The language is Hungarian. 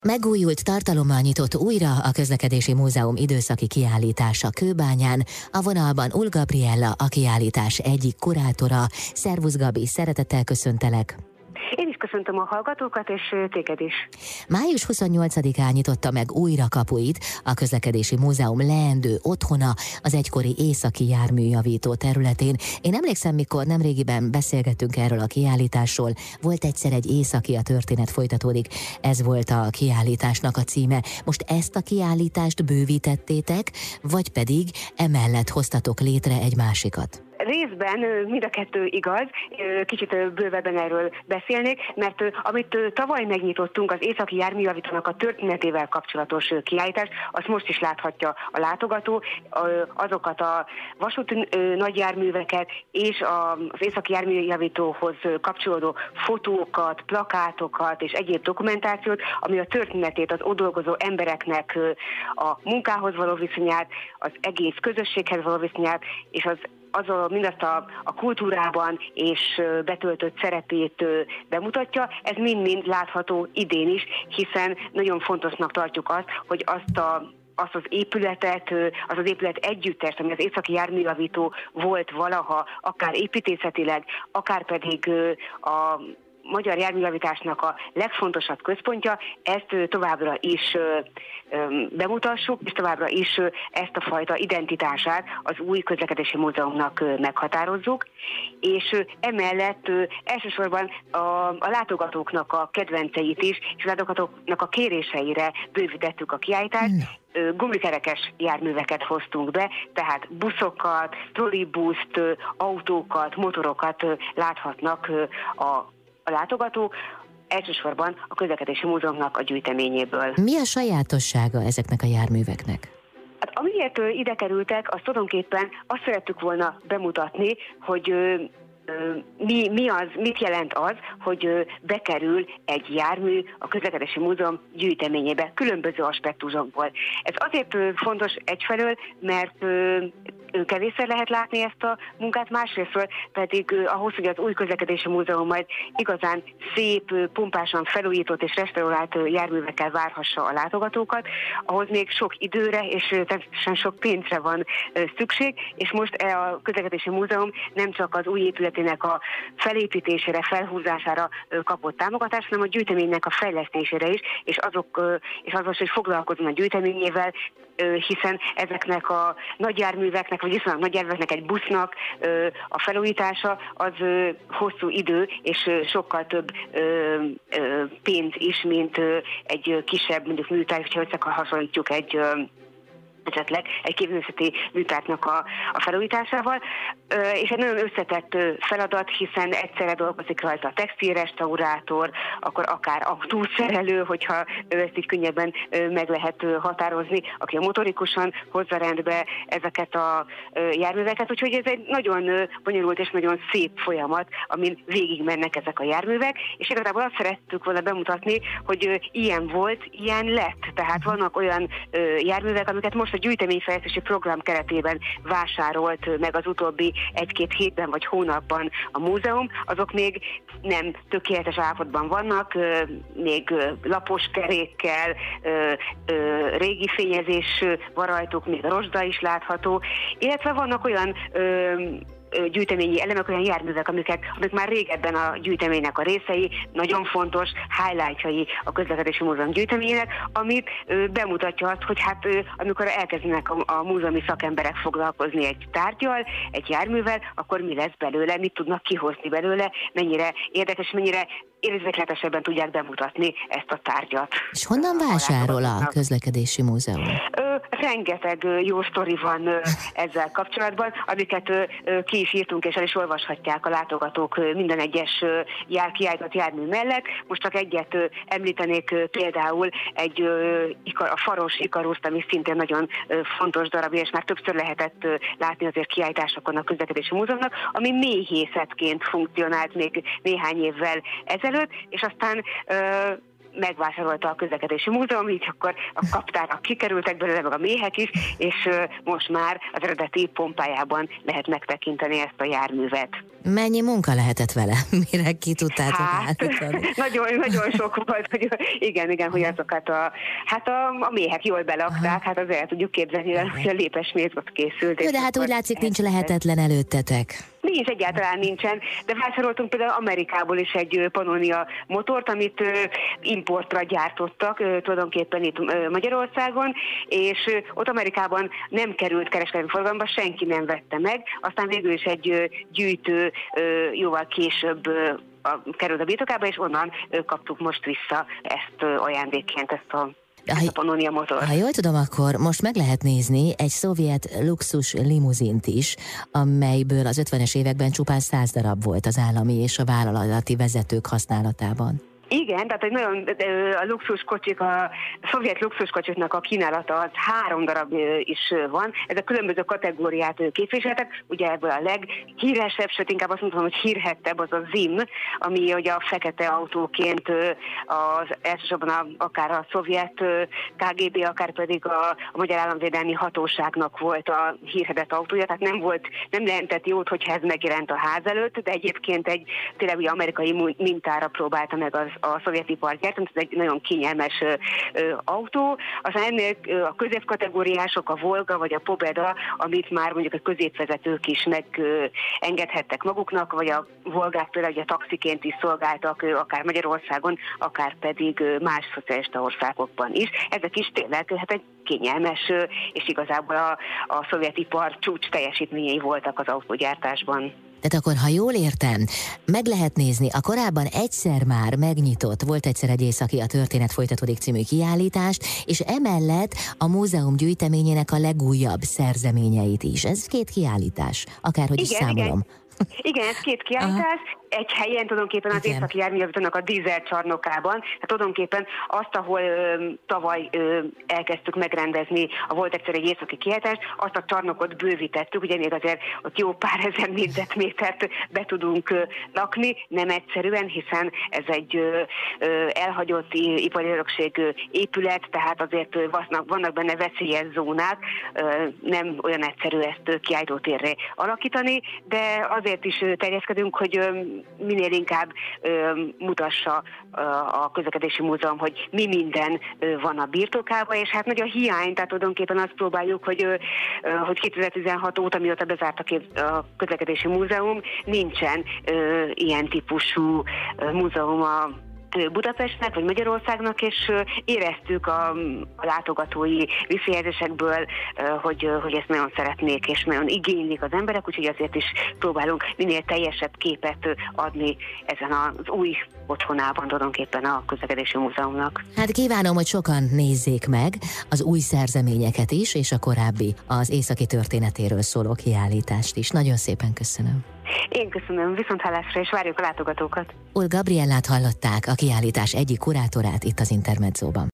Megújult tartalommal nyitott újra a Közlekedési Múzeum időszaki kiállítása Kőbányán, a vonalban Ull Gabriella, a kiállítás egyik kurátora. Szervusz Gabi, szeretettel köszöntelek! Én is köszöntöm a hallgatókat, és téged is. Május 28-án nyitotta meg újra kapuit a Közlekedési Múzeum leendő otthona az egykori északi járműjavító területén. Én emlékszem, mikor nemrégiben beszélgettünk erről a kiállításról, volt egyszer egy északi, a történet folytatódik, ez volt a kiállításnak a címe. Most ezt a kiállítást bővítettétek, vagy pedig emellett hoztatok létre egy másikat? Részben mind a kettő igaz, kicsit bővebben erről beszélnék, mert amit tavaly megnyitottunk, az északi járműjavítónak a történetével kapcsolatos kiállítás, azt most is láthatja a látogató, azokat a vasúti nagyjárműveket és az északi járműjavítóhoz kapcsolódó fotókat, plakátokat és egyéb dokumentációt, ami a történetét, az ott dolgozó embereknek a munkához való viszonyát, az egész közösséghez való viszonyát, és mindazt a kultúrában és betöltött szerepét bemutatja. Ez mind-mind látható idén is, hiszen nagyon fontosnak tartjuk azt, hogy azt az épületet, az épület együttest, ami az északi járműjavító volt valaha, akár építészetileg, akár pedig a magyar járműjavításnak a legfontosabb központja, ezt továbbra is bemutassuk, és továbbra is ezt a fajta identitását az új közlekedési múzeumnak meghatározzuk, és emellett elsősorban a látogatóknak a kedvenceit is, és a látogatóknak a kéréseire bővítettük a kiállítást. Gumikerekes járműveket hoztunk be, tehát buszokat, trollibuszt, autókat, motorokat láthatnak a látogatók, elsősorban a Közlekedési Múzeumnak a gyűjteményéből. Mi a sajátossága ezeknek a járműveknek? Hát amiért ide kerültek, azt tulajdonképpen azt szerettük volna bemutatni, hogy mit jelent az, hogy bekerül egy jármű a Közlekedési Múzeum gyűjteményébe, különböző aspektusokból. Ez azért fontos egyfelől, mert kevésszer lehet látni ezt a munkát, másrésztről pedig ahhoz, hogy az új Közlekedési Múzeum majd igazán szép, pompásan felújított és restaurált járművekkel várhassa a látogatókat, ahhoz még sok időre és természetesen sok pénzre van szükség, és most a Közlekedési Múzeum nem csak az új épületének a felépítésére, felhúzására kapott támogatást, hanem a gyűjteménynek a fejlesztésére is, és azon, hogy foglalkozzon a gyűjteményével, hiszen ezeknek a nagyjárműveknek, vagy viszonylag nagyjárműveknek, egy busznak a felújítása az hosszú idő, és sokkal több pénz is, mint egy kisebb, mondjuk műtárgy, hogyha összehasonlítjuk esetleg egy képzőművészeti műtárgynak a felújításával, és egy nagyon összetett feladat, hiszen egyszerre dolgozik rajta a textilrestaurátor, akkor akár autószerelő, hogyha ezt így könnyebben meg lehet határozni, aki a motorikusan hozza rendbe ezeket a járműveket, úgyhogy ez egy nagyon bonyolult és nagyon szép folyamat, amin végig mennek ezek a járművek, és igazából azt szerettük volna bemutatni, hogy ilyen volt, ilyen lett. Tehát vannak olyan járművek, amiket most a gyűjteményfejlesztési program keretében vásárolt meg az utóbbi 1-2 hétben vagy hónapban a múzeum, azok még nem tökéletes állapotban vannak, még lapos kerékkel, régi fényezés van rajtuk, még rozsda is látható, illetve vannak olyan gyűjteményi elemek, olyan járművek, amik már régebben a gyűjteménynek a részei, nagyon fontos highlightjai a Közlekedési Múzeum gyűjteményének, amit bemutatja azt, hogy hát amikor elkezdenek a múzeumi szakemberek foglalkozni egy tárggyal, egy járművel, akkor mi lesz belőle, mit tudnak kihozni belőle, mennyire érdekes, mennyire érzékletesebben tudják bemutatni ezt a tárgyat. És honnan vásárol a Közlekedési Múzeum? Rengeteg jó sztori van ezzel kapcsolatban, amiket ki is írtunk, és el is olvashatják a látogatók minden egyes kiállított jármű mellett. Most csak egyet említenék, például a Faros Ikaruszt, ami szintén nagyon fontos darab, és már többször lehetett látni azért kiállításokon a Közlekedési Múzeumnak, ami méhészetként funkcionált még néhány évvel ezelőtt, és aztán megvásárolta a közlekedési múzeum, így akkor a kaptárak kikerültek belőle, meg a méhek is, és most már az eredeti pompájában lehet megtekinteni ezt a járművet. Mennyi munka lehetett vele, mire ki tudtátok állítani? Nagyon sok volt, hogy igen, hogy azokat a méhek jól belakták, hát azért el tudjuk képzelni, hogy a lépesméz ott készült. De hát úgy látszik, nincs lehetetlen előttetek. Nincs, egyáltalán nincsen, de vásároltunk például Amerikából is egy Pannonia motort, amit importra gyártottak tulajdonképpen itt Magyarországon, és ott Amerikában nem került kereskedelmi forgalomba, senki nem vette meg, aztán végül is egy gyűjtő jóval később került a birtokába, és onnan kaptuk most vissza ezt ajándékként, ezt a Pannonia motor. Ha jól tudom, akkor most meg lehet nézni egy szovjet luxus limuzint is, amelyből az 50-es években csupán 100 darab volt az állami és a vállalati vezetők használatában. Igen, tehát egy nagyon a luxuskocsik, a szovjet luxuskocsiknak a kínálata az 3 darab is van. Ezek különböző kategóriát képviseltek. Ugye ebből a leghíresebb, sőt inkább azt mondom, hogy hírhettebb az a ZIM, ami ugye a fekete autóként elsősorban akár a szovjet KGB, akár pedig a Magyar Államvédelmi Hatóságnak volt a hírhedett autója. Tehát nem jelentett jót, hogyha ez megjelent a ház előtt, de egyébként tényleg ugye amerikai mintára próbálta meg a szovjetipar gyártani, ez egy nagyon kényelmes autó. Aztán ennél a középkategóriások, a Volga vagy a Pobeda, amit már mondjuk a középvezetők is megengedhettek maguknak, vagy a Volgák például ugye taxiként is szolgáltak, akár Magyarországon, akár pedig más szocialista országokban is. Ezek is tényleg hát egy kényelmes, és igazából a szovjetipar csúcs teljesítményei voltak az autógyártásban. Tehát akkor, ha jól értem, meg lehet nézni, a korábban egyszer már megnyitott, volt egyszer egy északi A történet folytatódik című kiállítást, és emellett a múzeum gyűjteményének a legújabb szerzeményeit is. Ez 2 kiállítás, akárhogy is számolom. Igen, ez 2 kiállítás, egy helyen tulajdonképpen az északi járműjavítónak a dízel csarnokában. Tehát tulajdonképpen azt, ahol tavaly elkezdtük megrendezni, volt egyszer egy északi kiállítást, azt a csarnokot bővítettük, ugye még azért ott jó pár ezer négyzetmétert be tudunk lakni, nem egyszerűen, hiszen ez egy elhagyott ipari örökség épület, tehát azért vannak benne veszélyes zónák, nem olyan egyszerű ezt kiállítótérre alakítani, de azért is terjeszkedünk, hogy minél inkább mutassa a közlekedési múzeum, hogy mi minden van a birtokában, és hát nagy a hiány, tehát tulajdonképpen azt próbáljuk, hogy 2016 óta, mióta bezártak a közlekedési múzeum, nincsen ilyen típusú múzeum a Budapestnek vagy Magyarországnak, és éreztük a látogatói visszajelzésekből, hogy ezt nagyon szeretnék, és nagyon igénylik az emberek, úgyhogy azért is próbálunk minél teljesebb képet adni ezen az új otthonában tulajdonképpen a közlekedési múzeumnak. Hát kívánom, hogy sokan nézzék meg az új szerzeményeket is, és a korábbi, az északi történetéről szóló kiállítást is. Nagyon szépen köszönöm. Én köszönöm, viszonthallásra, és várjuk a látogatókat. Ul Gabriellát hallották, a kiállítás egyik kurátorát itt az Intermedzóban.